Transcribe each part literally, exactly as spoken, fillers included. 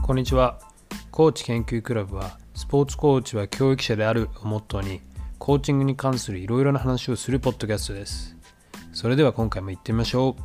こんにちは。コーチ研究クラブはスポーツコーチは教育者であるをモットーにコーチングに関するいろいろな話をするポッドキャストです。それでは今回も行ってみましょう。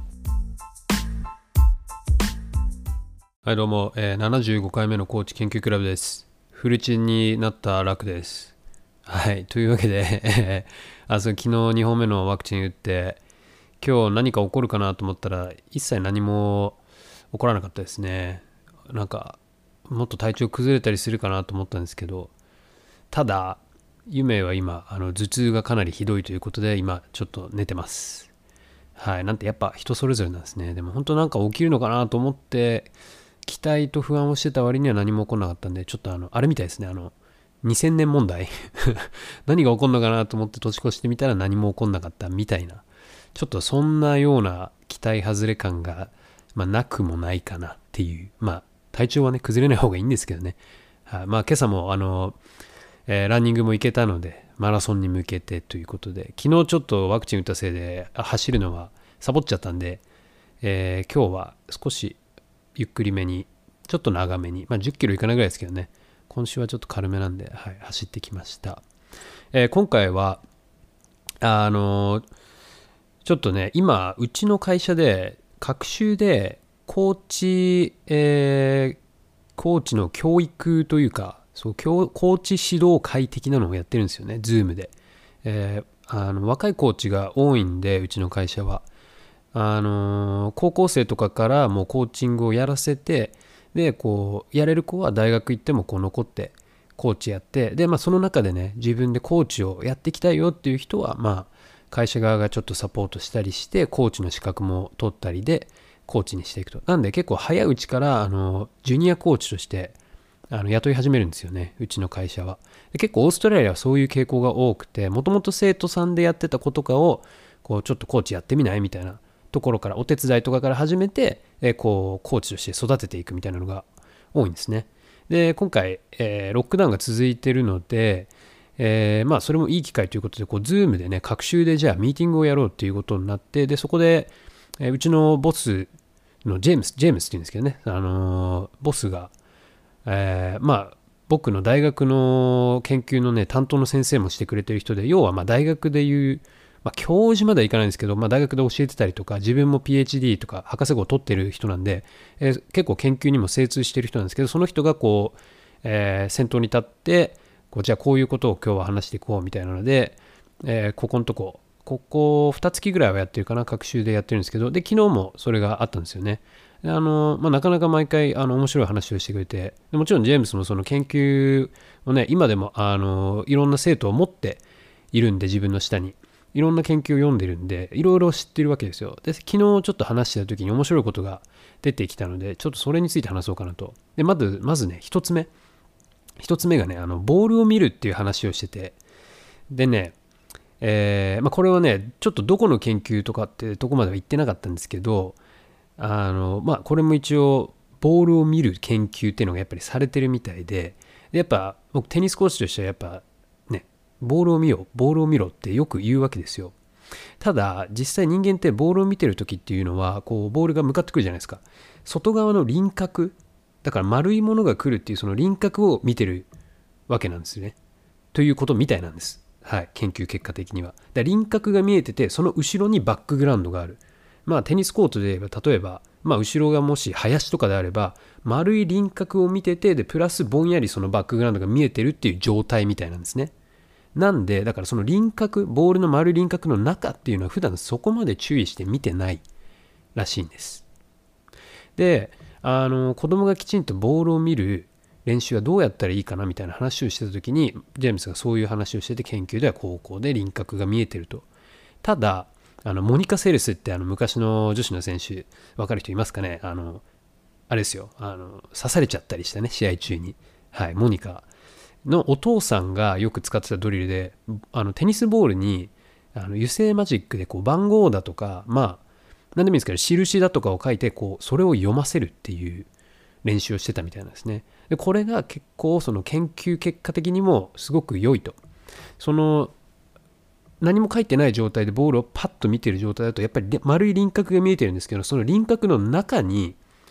はいどうも、えー、ななじゅうごかいめのコーチ研究クラブです。フルチンになった楽です。はいというわけであそう昨日にほんめのワクチン打って今日何か起こるかなと思ったら一切何も起こらなかったですね。なんかもっと体調崩れたりするかなと思ったんですけど、ただ夢は今あの頭痛がかなりひどいということで今ちょっと寝てます。はいなんてやっぱ人それぞれなんですね。でも本当なんか起きるのかなと思って期待と不安をしてた割には何も起こらなかったんで、ちょっとあのあれみたいですね、あのにせんねん問題何が起こるのかなと思って年越してみたら何も起こらなかったみたいな、ちょっとそんなような期待外れ感が、まあ、なくもないかなっていう、まあ体調はね崩れない方がいいんですけどね。はい、まあ今朝もあの、えー、ランニングも行けたのでマラソンに向けてということで、昨日ちょっとワクチン打ったせいで走るのはサボっちゃったんで、えー、今日は少しゆっくりめにちょっと長めに、まあ、じゅっキロいかないぐらいですけどね、今週はちょっと軽めなんで、はい、走ってきました。えー、今回はあのー、ちょっとね今うちの会社で隔週でコーチ、えー、コーチの教育というかそうコーチ指導会的なのをやってるんですよね、ズームで。えー、あの若いコーチが多いんで、うちの会社はあのー、高校生とかからもうコーチングをやらせて、でこうやれる子は大学行ってもこう残ってコーチやって、で、まあ、その中でね自分でコーチをやっていきたいよっていう人は、まあ、会社側がちょっとサポートしたりしてコーチの資格も取ったりでコーチにしていくと。なんで結構早いうちからあのジュニアコーチとしてあの雇い始めるんですよね、うちの会社は。で結構オーストラリアはそういう傾向が多くて、もともと生徒さんでやってた子とかをこうちょっとコーチやってみないみたいなところから、お手伝いとかから始めて、えこうコーチとして育てていくみたいなのが多いんですね。で今回、えー、ロックダウンが続いているので、えー、まあそれもいい機会ということで、こう Zoom でね各週でじゃあミーティングをやろうっていうことになって、でそこで、えー、うちのボスのジェームスジェームスっていうんですけどね、あのー、ボスが、えー、まあ僕の大学の研究のね担当の先生もしてくれてる人で、要はまあ大学でいうまあ、教授まではいかないんですけど、まあ、大学で教えてたりとか、自分も ピーエイチディー とか博士号を取ってる人なんで、えー、結構研究にも精通してる人なんですけど、その人がこう、えー、先頭に立ってこうじゃあこういうことを今日は話していこうみたいなので、えー、ここのとこここにかげつぐらいはやってるかな、各週でやってるんですけど、で昨日もそれがあったんですよね。であのまあ、なかなか毎回あの面白い話をしてくれて、でもちろんジェームスもその研究をね今でもあのいろんな生徒を持っているんで、自分の下にいろんな研究を読んでるんでいろいろ知ってるわけですよ。で昨日ちょっと話してた時に面白いことが出てきたので、ちょっとそれについて話そうかなと。でまずまずね一つ目一つ目がね、あのボールを見るっていう話をしてて、でね、えーまあ、これはねちょっとどこの研究とかってどこまでは言ってなかったんですけど、あのまあこれも一応ボールを見る研究っていうのがやっぱりされてるみたいで、でやっぱ僕テニスコーチとしてはやっぱボールを見よボールを見ろってよく言うわけですよ。ただ実際人間ってボールを見てる時っていうのはこうボールが向かってくるじゃないですか。外側の輪郭だから、丸いものが来るっていうその輪郭を見てるわけなんですね、ということみたいなんです。はい、研究結果的には。だ輪郭が見えてて、その後ろにバックグラウンドがある。まあテニスコートで言えば、例えばまあ後ろがもし林とかであれば丸い輪郭を見てて、でプラスぼんやりそのバックグラウンドが見えてるっていう状態みたいなんですね。なんでだからその輪郭、ボールの丸い輪郭の中っていうのは普段そこまで注意して見てないらしいんです。であの子供がきちんとボールを見る練習はどうやったらいいかなみたいな話をしてた時に、ジェームスがそういう話をしてて、研究では高校で輪郭が見えてると。ただあのモニカ・セレスってあの昔の女子の選手分かる人いますかね。あのあれですよ、あの刺されちゃったりしたね、試合中に。はい、モニカのお父さんがよく使ってたドリルで、あのテニスボールにあの油性マジックでこう番号だとか、まあ何でもいいんですけど印だとかを書いて、こうそれを読ませるっていう練習をしてたみたいなんですね。でこれが結構その研究結果的にもすごく良いと。その何も書いてない状態でボールをパッと見てる状態だとやっぱり丸い輪郭が見えてるんですけど、その輪郭の中に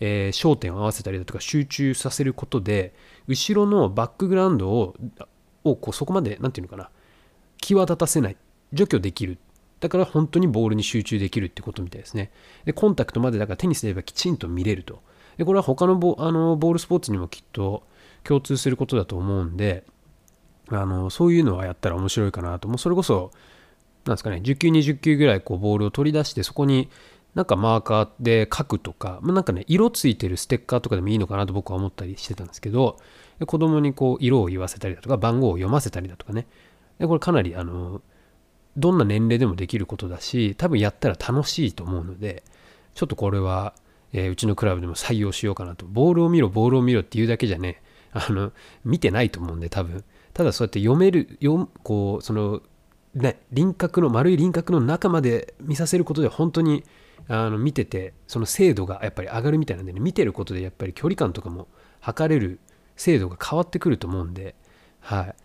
えー焦点を合わせたりだとか集中させることで、後ろのバックグラウンドををこうそこまでなんていうのかな、際立たせない、除去できる。だから本当にボールに集中できるってことみたいですね。でコンタクトまでだからテニスで言えばきちんと見れると。でこれは他の ボ, あのボールスポーツにもきっと共通することだと思うんで、あのそういうのはやったら面白いかなと。もうそれこそなんですかね、じゅっきゅうにじゅっきゅうぐらいこうボールを取り出して、そこになんかマーカーで書くとか、まあ、なんかね色ついてるステッカーとかでもいいのかなと僕は思ったりしてたんですけど、で子供にこう色を言わせたりだとか番号を読ませたりだとかね、でこれかなりあのどんな年齢でもできることだし、多分やったら楽しいと思うので、ちょっとこれは、えーうちのクラブでも採用しようかなと。ボールを見ろボールを見ろっていうだけじゃね、あの見てないと思うんで、多分ただそうやって読めるよ、こうそのね輪郭の丸い輪郭の中まで見させることで本当にあの見ててその精度がやっぱり上がるみたいなんでね、見てることでやっぱり距離感とかも測れる精度が変わってくると思うんで、はい、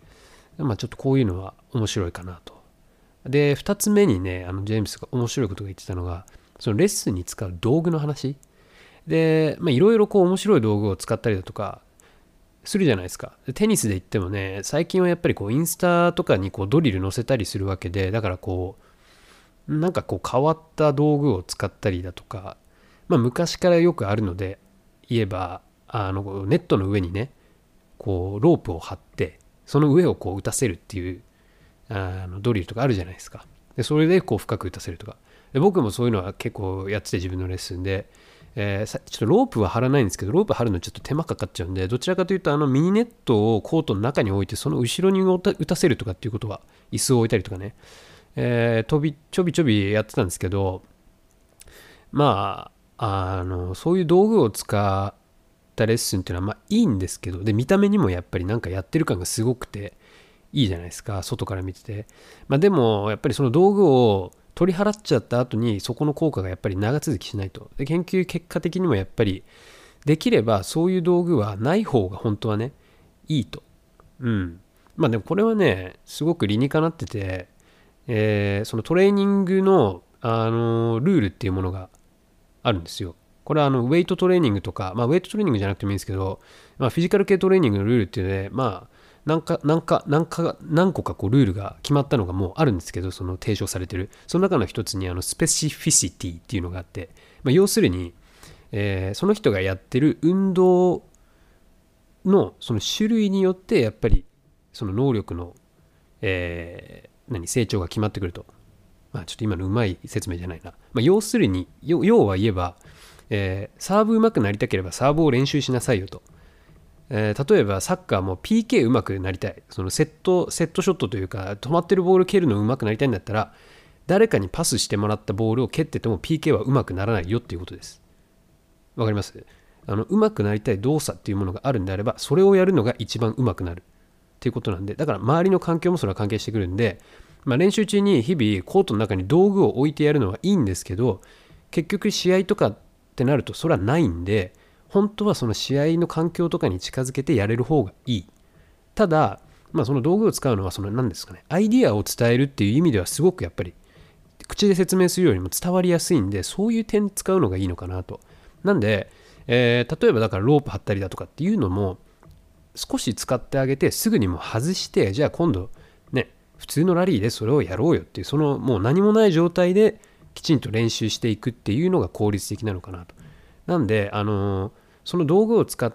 まあちょっとこういうのは面白いかなと。でふたつめにね、あのジェームスが面白いことが言ってたのが、そのレッスンに使う道具の話で、まあいろいろこう面白い道具を使ったりだとかするじゃないですか。でテニスで言ってもね、最近はやっぱりこうインスタとかにこうドリル載せたりするわけで、だからこうなんかこう変わった道具を使ったりだとか、まあ昔からよくあるので言えば、あのネットの上にねこうロープを張ってその上をこう打たせるっていうあのドリルとかあるじゃないですか。でそれでこう深く打たせるとか、で僕もそういうのは結構やってて、自分のレッスンで、えーさちょっとロープは張らないんですけど、ロープ張るのちょっと手間かかっちゃうんで、どちらかというとあのミニネットをコートの中に置いてその後ろに打た打たせるとかっていうことは、椅子を置いたりとかね、えー、飛びちょびちょびやってたんですけど、まああのそういう道具を使ったレッスンっていうのはまあいいんですけど、で見た目にもやっぱりなんかやってる感がすごくていいじゃないですか、外から見てて。まあでもやっぱりその道具を取り払っちゃった後にそこの効果がやっぱり長続きしないと。で研究結果的にもやっぱりできればそういう道具はない方が本当はねいいと。うんまあでもこれはねすごく理にかなってて、えーそのトレーニングの、あのルールっていうものがあるんですよ。これはあのウェイトトレーニングとか、まあ、ウェイトトレーニングじゃなくてもいいんですけど、まあ、フィジカル系トレーニングのルールっていうので、まあ何か何か何か何個かこうルールが決まったのがもうあるんですけど、その提唱されてるその中の一つにあのスペシフィシティっていうのがあって、まあ、要するに、えーその人がやってる運動のその種類によってやっぱりその能力の、えー何成長が決まってくると。まあちょっと今のうまい説明じゃないな。まあ、要するに要要は言えば、えーサーブ上手くなりたければサーブを練習しなさいよと。えー例えばサッカーも ピーケー 上手くなりたい、そのセットセットショットというか止まってるボール蹴るの上手くなりたいんだったら、誰かにパスしてもらったボールを蹴ってても ピーケー は上手くならないよっていうことです。わかります？あの上手くなりたい動作っていうものがあるんであれば、それをやるのが一番上手くなるっていうことなんで、だから周りの環境もそれは関係してくるんで、まあ、練習中に日々コートの中に道具を置いてやるのはいいんですけど、結局試合とかってなるとそれはないんで、本当はその試合の環境とかに近づけてやれる方がいい。ただ、まあ、その道具を使うのはその何ですかね、アイディアを伝えるっていう意味ではすごくやっぱり口で説明するよりも伝わりやすいんで、そういう点使うのがいいのかなと。なんで、えー例えばだからロープ張ったりだとかっていうのも少し使ってあげて、すぐにもう外して、じゃあ今度ね普通のラリーでそれをやろうよっていう、そのもう何もない状態できちんと練習していくっていうのが効率的なのかなと。なんで、あのーその道具を使って、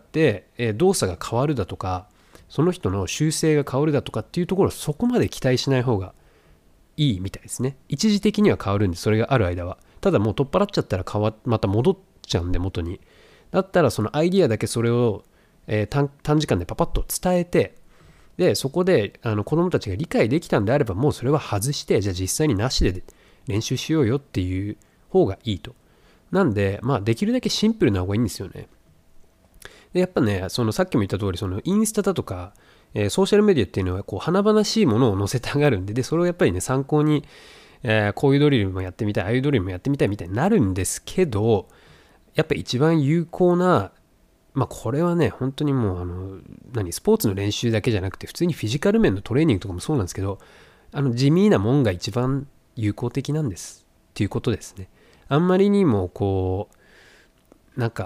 えー動作が変わるだとか、その人の習性が変わるだとかっていうところをそこまで期待しない方がいいみたいですね。一時的には変わるんで、それがある間は。ただもう取っ払っちゃったら変わまた戻っちゃうんで、元に。だったらそのアイディアだけそれを、えー短短時間でパパッと伝えて、でそこであの子どもたちが理解できたんであれば、もうそれは外して、じゃあ実際になしで練習しようよっていう方がいいと。なんで、まあできるだけシンプルな方がいいんですよね。でやっぱね、そのさっきも言った通り、そのインスタだとか、えーソーシャルメディアっていうのはこう華々しいものを載せたがるんで、でそれをやっぱりね参考に、えーこういうドリルもやってみたい、ああいうドリルもやってみたいみたいになるんですけど、やっぱ一番有効な、まあこれはね本当にもうあの何スポーツの練習だけじゃなくて、普通にフィジカル面のトレーニングとかもそうなんですけど、あの地味なもんが一番有効的なんですっていうことですね。あんまりにもこうなんか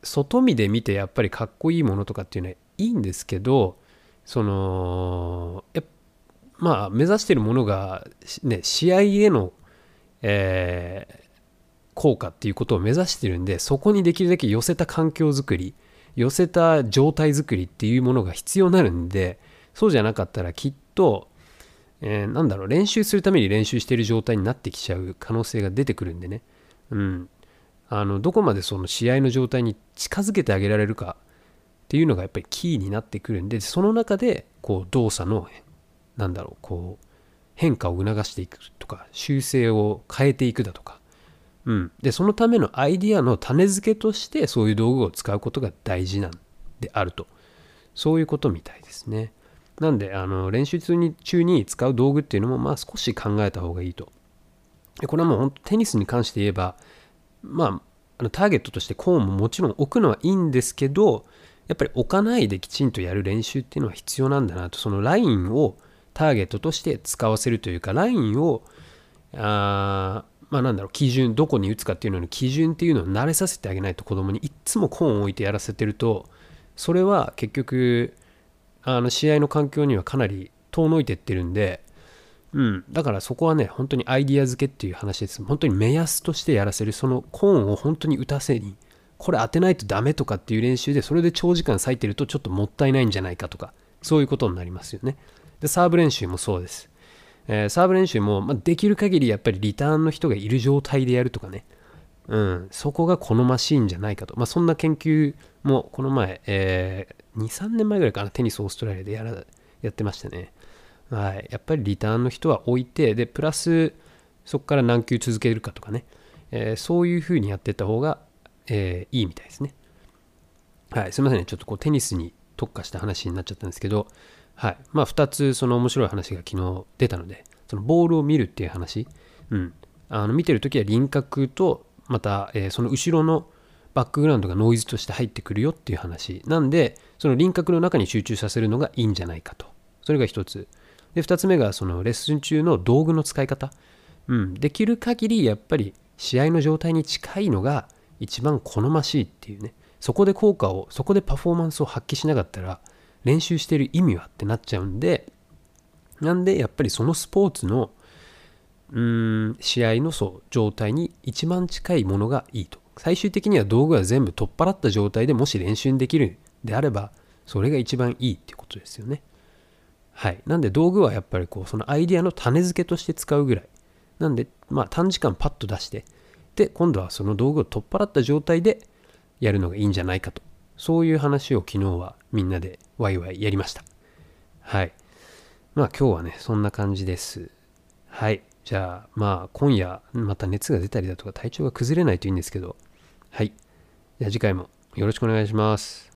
外見で見てやっぱりかっこいいものとかっていうのはいいんですけど、そのやっまあ目指しているものが、ね、試合への、えー効果っていうことを目指してるんで、そこにできるだけ寄せた環境づくり、寄せた状態づくりっていうものが必要になるんで、そうじゃなかったらきっと、えーなんだろう、練習するために練習している状態になってきちゃう可能性が出てくるんでね。うん。あの、どこまでその試合の状態に近づけてあげられるかっていうのがやっぱりキーになってくるんで、その中で、こう、動作の、なんだろう、こう、変化を促していくとか、修正を変えていくだとか、うん。で、そのためのアイディアの種付けとして、そういう道具を使うことが大事なんであると。そういうことみたいですね。なんで、あの、練習中に中に使う道具っていうのも、まあ少し考えた方がいいと。でこれはもう本当テニスに関して言えば、まあ、あのターゲットとしてコーンももちろん置くのはいいんですけど、やっぱり置かないできちんとやる練習っていうのは必要なんだなと。そのラインをターゲットとして使わせるというか、ラインを、あーまあなんだろう、基準、どこに打つかっていうのの基準っていうのを慣れさせてあげないと、子供にいっつもコーンを置いてやらせてると、それは結局、あの試合の環境にはかなり遠のいてってるんで、うん、だからそこはね、本当にアイディア付けっていう話です。本当に目安としてやらせる、そのコーンを本当に打たせに、これ当てないとダメとかっていう練習で、それで長時間割いてるとちょっともったいないんじゃないかとか、そういうことになりますよね。で、サーブ練習もそうです。えーサーブ練習も、まあ、できる限りやっぱりリターンの人がいる状態でやるとかね、うん、そこが好ましいんじゃないかと、まあ、そんな研究もこの前、えー、に、さんねんまえぐらいかな、テニスオーストラリアでやらやってましたね。はい、やっぱりリターンの人は置いて、でプラスそこから何球続けるかとかね、えーそういう風にやっていった方が、えーいいみたいですね。はい、すみませんね、ちょっとこうテニスに特化した話になっちゃったんですけど、はい、まあふたつその面白い話が昨日出たので、そのボールを見るっていう話、うん、あの見てるときは輪郭と、また、えーその後ろのバックグラウンドがノイズとして入ってくるよっていう話なんで、その輪郭の中に集中させるのがいいんじゃないかと。それが一つ。で、二つ目がそのレッスン中の道具の使い方。うん、できる限りやっぱり試合の状態に近いのが一番好ましいっていうね。そこで効果を、そこでパフォーマンスを発揮しなかったら練習してる意味はってなっちゃうんで、なんでやっぱりそのスポーツのうーん試合のそう状態に一番近いものがいいと。最終的には道具は全部取っ払った状態でもし練習できるであれば、それが一番いいっていうことですよね。はい。なんで道具はやっぱりこうそのアイディアの種付けとして使うぐらい。なんでまあ短時間パッと出して、で今度はその道具を取っ払った状態でやるのがいいんじゃないかと。そういう話を昨日はみんなでワイワイやりました。はい。まあ今日はね、そんな感じです。はい。じゃあまあ今夜また熱が出たりだとか体調が崩れないといいんですけど、はい。じゃあ次回もよろしくお願いします。